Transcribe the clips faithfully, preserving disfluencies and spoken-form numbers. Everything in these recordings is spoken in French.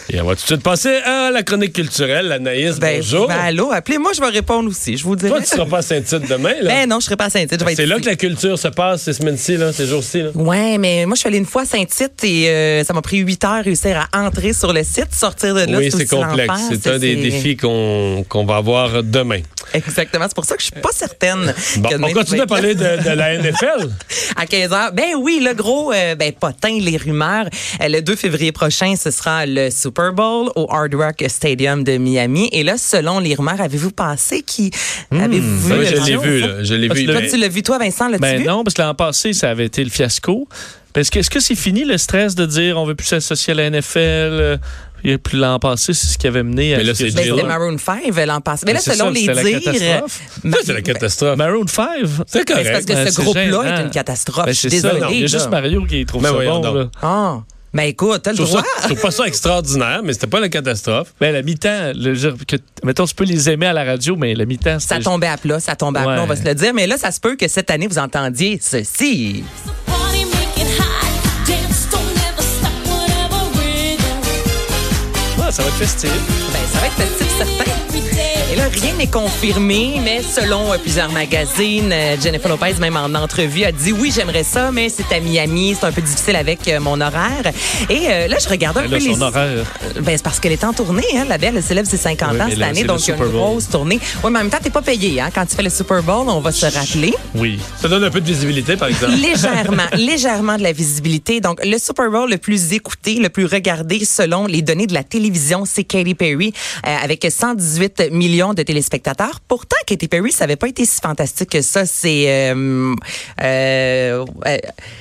Et on va tout de suite passer à la chronique culturelle. Anaïs, ben, bonjour. Ben, allô, appelez-moi, je vais répondre aussi, je vous dirai. Toi, tu ne seras pas à Saint-Tite demain, là? Ben non, je ne serai pas à Saint-Tite. C'est ici. là que la culture se passe ces semaines-ci, là, ces jours-ci. Là. Ouais, mais moi, je suis allée une fois à Saint-Tite et euh, ça m'a pris huit heures réussir à entrer sur le site, sortir de là. Oui, c'est, c'est complexe. l'enfer. C'est, c'est un des c'est... défis qu'on, qu'on va avoir demain. Exactement. C'est pour ça que je suis pas certaine. Bon, que on continue à parler de, de la N F L. À quinze heures. Ben oui, le gros euh, ben potin, les rumeurs. Euh, le deux février prochain, ce sera le Super Bowl au Hard Rock Stadium de Miami. Et là, selon les rumeurs, avez-vous pensé qui mmh, avez-vous vu? Oui, le je l'ai show, vu, ça? là. Je l'ai Parce vu. que Toi, le- tu l'as vu, toi, Vincent, l'as-tu Ben vu? non, parce que l'an passé, ça avait été le fiasco. Est-ce que, est-ce que c'est fini le stress de dire on veut plus s'associer à la N F L? Euh, Et puis l'an passé, c'est ce qui avait mené à... Mais là, ce que c'est Ben, j'ai c'était dit. Maroon cinq l'an passé. Mais là, c'est selon ça, les c'était la dires... catastrophe. Ma- Ça, c'est la catastrophe. Maroon cinq? C'est Ben, correct. c'est parce que Ben, ce c'est groupe-là gênant. est une catastrophe. Ben, je suis c'est ça. désolée. Non, il y a là. juste Mario qui trouve Ben ça voyons bon. donc. Là. Ah, ben écoute, t'as le Je trouve, droit. ça, je trouve pas ça extraordinaire, mais c'était pas la catastrophe. Ben, la mi-temps, le, je- que, mettons, tu peux les aimer à la radio, mais la mi-temps, Ça c'était... tombait à plat, ça tombait à plat, Ouais. on va se le dire. Mais là, ça se peut que cette année, vous entendiez ceci. Party, make it hot. Dance, don't ever stop, whatever rhythm. Ah, ça va être festif. Ben, ça va être festif, certain. Et là, rien n'est confirmé, mais selon euh, plusieurs magazines, euh, Jennifer Lopez, même en entrevue, a dit oui, j'aimerais ça, mais c'est à Miami, c'est un peu difficile avec euh, mon horaire. Et euh, là, je regarde un Ben peu là, les... son horaire... Ben, c'est parce qu'elle est en tournée, hein. La belle, elle célèbre ses cinquante Oui, ans mais cette là, année, c'est donc le il y a une Super Bowl. grosse tournée. Oui, mais en même temps, t'es pas payé, hein. Quand tu fais le Super Bowl, on va se rappeler. Oui. Ça donne un peu de visibilité, par exemple. Légèrement, légèrement de la visibilité. Donc, le Super Bowl le plus écouté, le plus regardé selon les données de la télévision, c'est Katy Perry, euh, avec cent dix-huit millions de téléspectateurs. Pourtant, Katy Perry, ça n'avait pas été si fantastique que ça. C'est... Euh, euh, euh,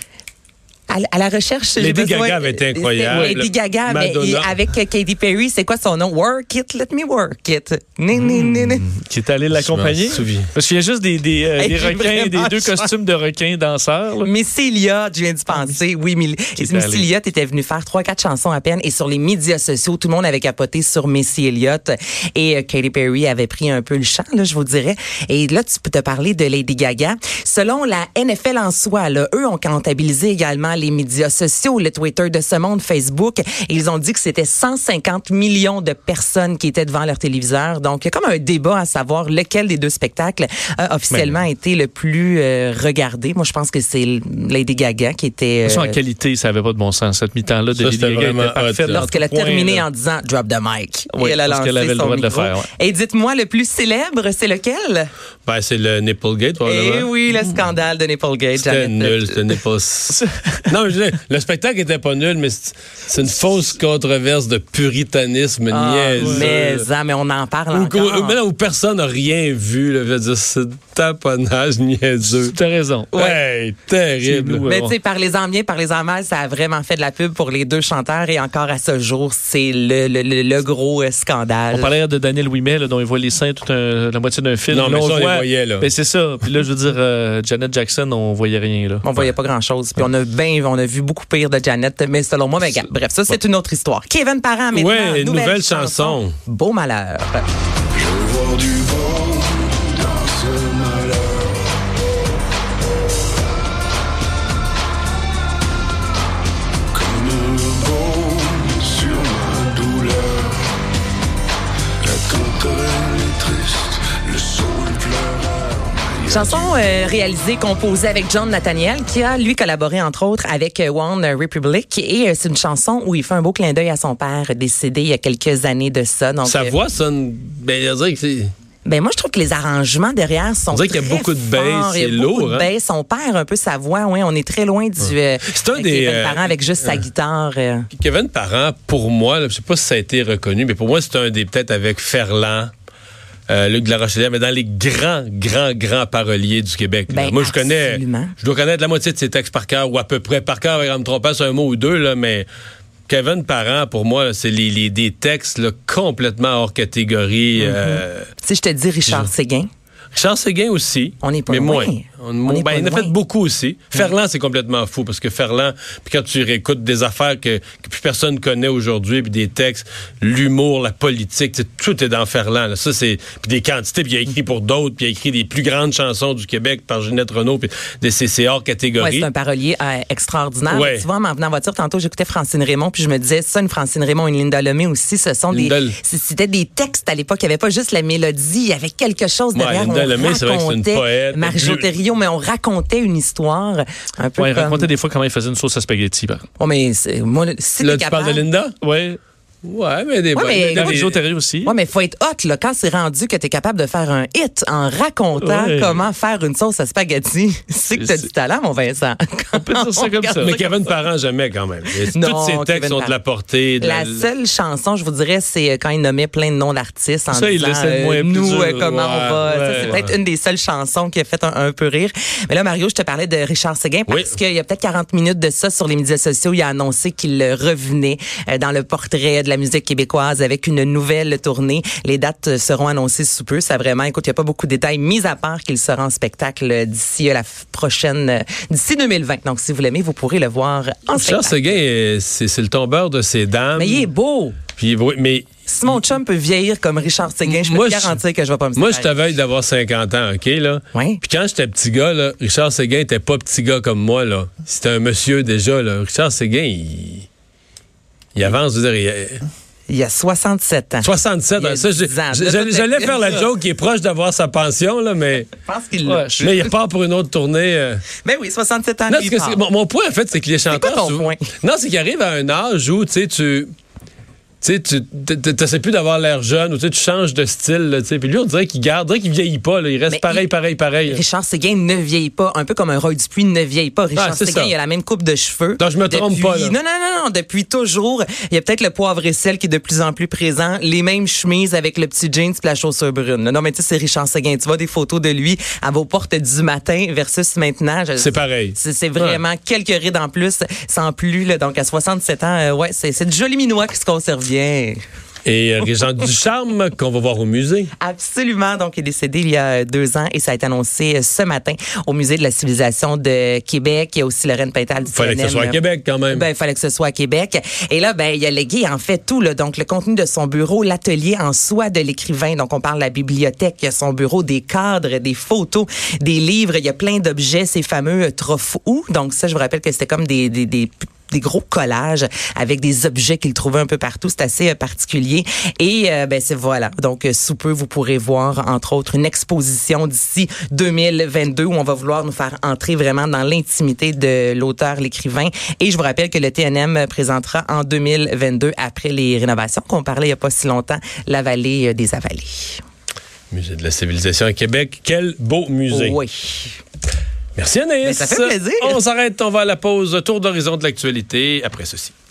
à, à la recherche... j'ai Lady besoin- Gaga avait été incroyable. C'est Lady Gaga, mais Madonna. il- avec Katy Perry, c'est quoi son nom? Work it, let me work it. Né, né, né, né. Qui est allé l'accompagner. Je m'en souviens. Parce qu'il y a juste des, des, euh, Hey, des j'ai requins, des vraiment deux chaud. costumes de requins danseurs. là. Missy Elliott, je viens d'y penser. Oui, Mil- est Missy allée. Elliott était venue faire trois, quatre chansons à peine. Et sur les médias sociaux, tout le monde avait capoté sur Missy Elliott. Et euh, Katy Perry avait pris un peu le champ, là, je vous dirais. Et là, tu peux te parler de Lady Gaga. Selon la N F L en soi, là, eux ont comptabilisé également les médias sociaux, le Twitter de ce monde, Facebook. Et ils ont dit que c'était cent cinquante millions de personnes qui étaient devant leur téléviseur. Donc, il y a comme un débat à savoir lequel des deux spectacles a officiellement été le plus euh, regardé. Moi, je pense que c'est Lady Gaga qui était... De toute façon, euh, en qualité, ça n'avait pas de bon sens. Cette mi-temps-là de Ça, Lady c'était Gaga vraiment était parfaite. hot, là. dans Lorsqu'elle a tout point, terminé là. en disant « Drop the mic ». Oui, Et elle a parce lancé qu'elle avait le son droit de le micro. faire, ouais. Et dites-moi, le plus célèbre, c'est lequel? Ben, c'est le Nipplegate, Eh probablement. oui, le scandale de Nipplegate. C'était Janet. nul, ce n'est pas... non, mais je veux dire, le spectacle était pas nul, mais c'est, c'est une fausse controverse de puritanisme Ah, niaiseux. mais, ah, mais on en parle Où, encore. où- mais là, où personne n'a rien vu, là, je veux dire, c'est taponnage niaiseux. Tu as raison. Hey, terrible. Chez nous, Mais bon. tu sais, parlez-en bien, parlez-en mal, ça a vraiment fait de la pub pour les deux chanteurs et encore à ce jour, c'est le, le, le, le gros euh, scandale. On parlait de Daniel Ouimet, là, dont il voit les seins toute un- la moitié d'un film. Non, mais Là, ça, on les voit- voyait, là. Ben, c'est ça. Puis là, je veux dire, euh, Janet Jackson, on voyait rien. Là. On voyait pas grand-chose. Puis on a ben, on a vu beaucoup pire de Janet, mais selon moi, ben, gars, bref, ça, c'est une autre histoire. Kevin Parent, maintenant. Ouais, nouvelle chanson. Beau malheur. Je vois du vent dans ce malheur. Comme un baume sur ma douleur. La cantarelle est triste, le saule pleureur. Chanson euh, réalisée, composée avec John Nathaniel, qui a, lui, collaboré, entre autres, avec euh, One Republic. Et euh, c'est une chanson où il fait un beau clin d'œil à son père, décédé il y a quelques années de ça. Donc, Sa euh, voix sonne... Ben, je veux dire que c'est... Ben moi, je trouve que les arrangements derrière sont On dirait qu'il y a très beaucoup de bass, forts. Il y a c'est beaucoup lourd, de hein? bass. On perd un peu sa voix. Oui, on est très loin du euh, C'est un euh, des, Kevin euh, Parent avec juste sa guitare. euh. Kevin Parent, pour moi, là, je sais pas si ça a été reconnu, mais pour moi, c'est un des, peut-être avec Ferland, euh, Luc de la Rochelière, mais dans les grands, grands, grands paroliers du Québec. là. Ben, moi, je connais, absolument. je dois connaître la moitié de ses textes par cœur, ou à peu près par cœur, avec me tromper sur un mot ou deux, là, mais Kevin Parent, pour moi, là, c'est les, les- des textes là, complètement hors catégorie. euh, Si je te dis Richard Séguin, Richard Séguin aussi, on n'est pas mais loin. moins. On, On est ben, pas il en a loin. fait beaucoup aussi. Ferland, c'est complètement fou parce que Ferland, puis quand tu réécoutes des affaires que, que plus personne connaît aujourd'hui, puis des textes, l'humour, la politique, tu sais, tout est dans Ferland. Là. Ça, c'est puis des quantités, puis il a écrit pour d'autres, puis il a écrit des plus grandes chansons du Québec par Ginette Renault, puis des C C hors Ouais, catégorie. c'est un parolier euh, extraordinaire. Ouais. Tu vois, en m'en venant en voiture, tantôt, j'écoutais Francine Raymond, puis je me disais, ça, une Francine Raymond, une Linda Lemay aussi, ce sont Linda- des... C'était des textes à l'époque, il n'y avait pas juste la mélodie, il y avait quelque chose Ouais, derrière. Linda on Lemay, c'est vrai que c'est une racontait poète. Marie-Jo Plus- Thériault, mais on racontait une histoire un peu Ouais, il comme... racontait des fois comment il faisait une sauce à spaghetti. Par... Oh, mais c'est- moi, si Là, t'es tu capable... parles de Linda? Ouais. Ouais, mais des Ouais, bonnes- mais- des- Marie-Jo Thériault aussi. Ouais, mais faut être hot, là. Quand c'est rendu que t'es capable de faire un hit en racontant Ouais. comment faire une sauce à spaghetti, c'est que t'as C'est- du talent, mon Vincent. On peut dire ça comme ça. Mais Kevin Parent, jamais quand même. Et Non, tous ses textes Kevin sont de la Parent. portée. de La seule chanson, je vous dirais, c'est quand il nommait plein de noms d'artistes en Ça, il disant laissait le moins plus nous, dur. euh, comment Ouais, on va. Ça, ouais, c'est ouais. peut-être une des seules chansons qui a fait un, un peu rire. Mais là, Mario, je te parlais de Richard Séguin parce Oui. qu'il y a peut-être quarante minutes de ça sur les médias sociaux. Il a annoncé qu'il revenait euh, dans le portrait de la musique québécoise avec une nouvelle tournée. Les dates euh, seront annoncées sous peu. Ça vraiment, écoute, il n'y a pas beaucoup de détails, mis à part qu'il sera en spectacle d'ici euh, la f- prochaine, euh, d'ici deux mille vingt. Donc, si vous l'aimez, vous pourrez le voir en Richard spectacle. Séguin, euh, c'est c'est le tombeur de ses dames. Mais il est beau. Puis, oui, mais Si mon chum peut vieillir comme Richard Séguin, je peux Moi, te je- garantir que je vais pas me moi, je séparer. t'avais d'avoir cinquante ans, OK, là? Oui. Puis quand j'étais petit gars, là, Richard Séguin était pas petit gars comme moi, là. C'était un monsieur déjà, là. Richard Séguin, il, il avance, je veux dire, il- Il y a soixante-sept ans. soixante-sept Il y a ans. Ça, j'ai- dix ans. j'ai- J'allais j'allais faire la joke qui est proche d'avoir sa pension, là, mais Je pense qu'il Ouais, l'a. je- là, il repart pour une autre tournée. euh. Ben oui, soixante-sept ans. Non, lui, parce que il c'est- part. mon, mon point, en fait, c'est que les chanteurs. quoi ton souvent- point? Non, c'est qu'ils arrivent à un âge où, tu sais, tu. Tu sais, tu n'essaies plus d'avoir l'air jeune ou tu sais, tu changes de style. Là, tu sais. Puis lui, on dirait qu'il garde, on dirait qu'il vieillit pas. Là. Il reste Mais pareil, il- pareil, pareil. Richard Séguin ne vieillit pas, un peu comme un Roy Dupuis ne vieillit pas. Richard Ah, c'est Séguin, ça. il a la même coupe de cheveux. Donc, je me trompe Depuis- pas, là. Non, non, non, non, depuis toujours. Il y a peut-être le poivre et sel qui est de plus en plus présent. Les mêmes chemises avec le petit jeans et la chaussure brune. Non, mais tu sais, c'est Richard Séguin. Tu vois des photos de lui à vos portes du matin versus maintenant. Je- C'est pareil. C'est c'est vraiment quelques rides en plus, sans plus. Là. Donc, à soixante-sept ans, euh, ouais, c'est c'est du joli minois qui se conserve bien. Et euh, Régent Ducharme, qu'on va voir au musée. Absolument. Donc, il est décédé il y a deux ans et ça a été annoncé ce matin au Musée de la civilisation de Québec. Il y a aussi Lorraine Pintal du Fallait que ce T N M. soit à Québec, quand même. Ben, il fallait que ce soit à Québec. Et là, ben, il a légué, en fait, tout, là. Donc, le contenu de son bureau, l'atelier en soi de l'écrivain. Donc, on parle de la bibliothèque, il y a son bureau, des cadres, des photos, des livres. Il y a plein d'objets, ces fameux trophées. Donc, ça, je vous rappelle que c'était comme des, des, des des gros collages avec des objets qu'il trouvait un peu partout. C'est assez euh, particulier. Et euh, ben c'est voilà. Donc, euh, sous peu, vous pourrez voir, entre autres, une exposition d'ici deux mille vingt-deux où on va vouloir nous faire entrer vraiment dans l'intimité de l'auteur, l'écrivain. Et je vous rappelle que le T N M présentera en deux mille vingt-deux, après les rénovations qu'on parlait il n'y a pas si longtemps, la vallée euh, des Avalées. Musée de la civilisation à Québec. Quel beau musée. Oui. Merci Anaïs. Ben, ça fait plaisir. On s'arrête, on va à la pause. Tour d'horizon de l'actualité après ceci.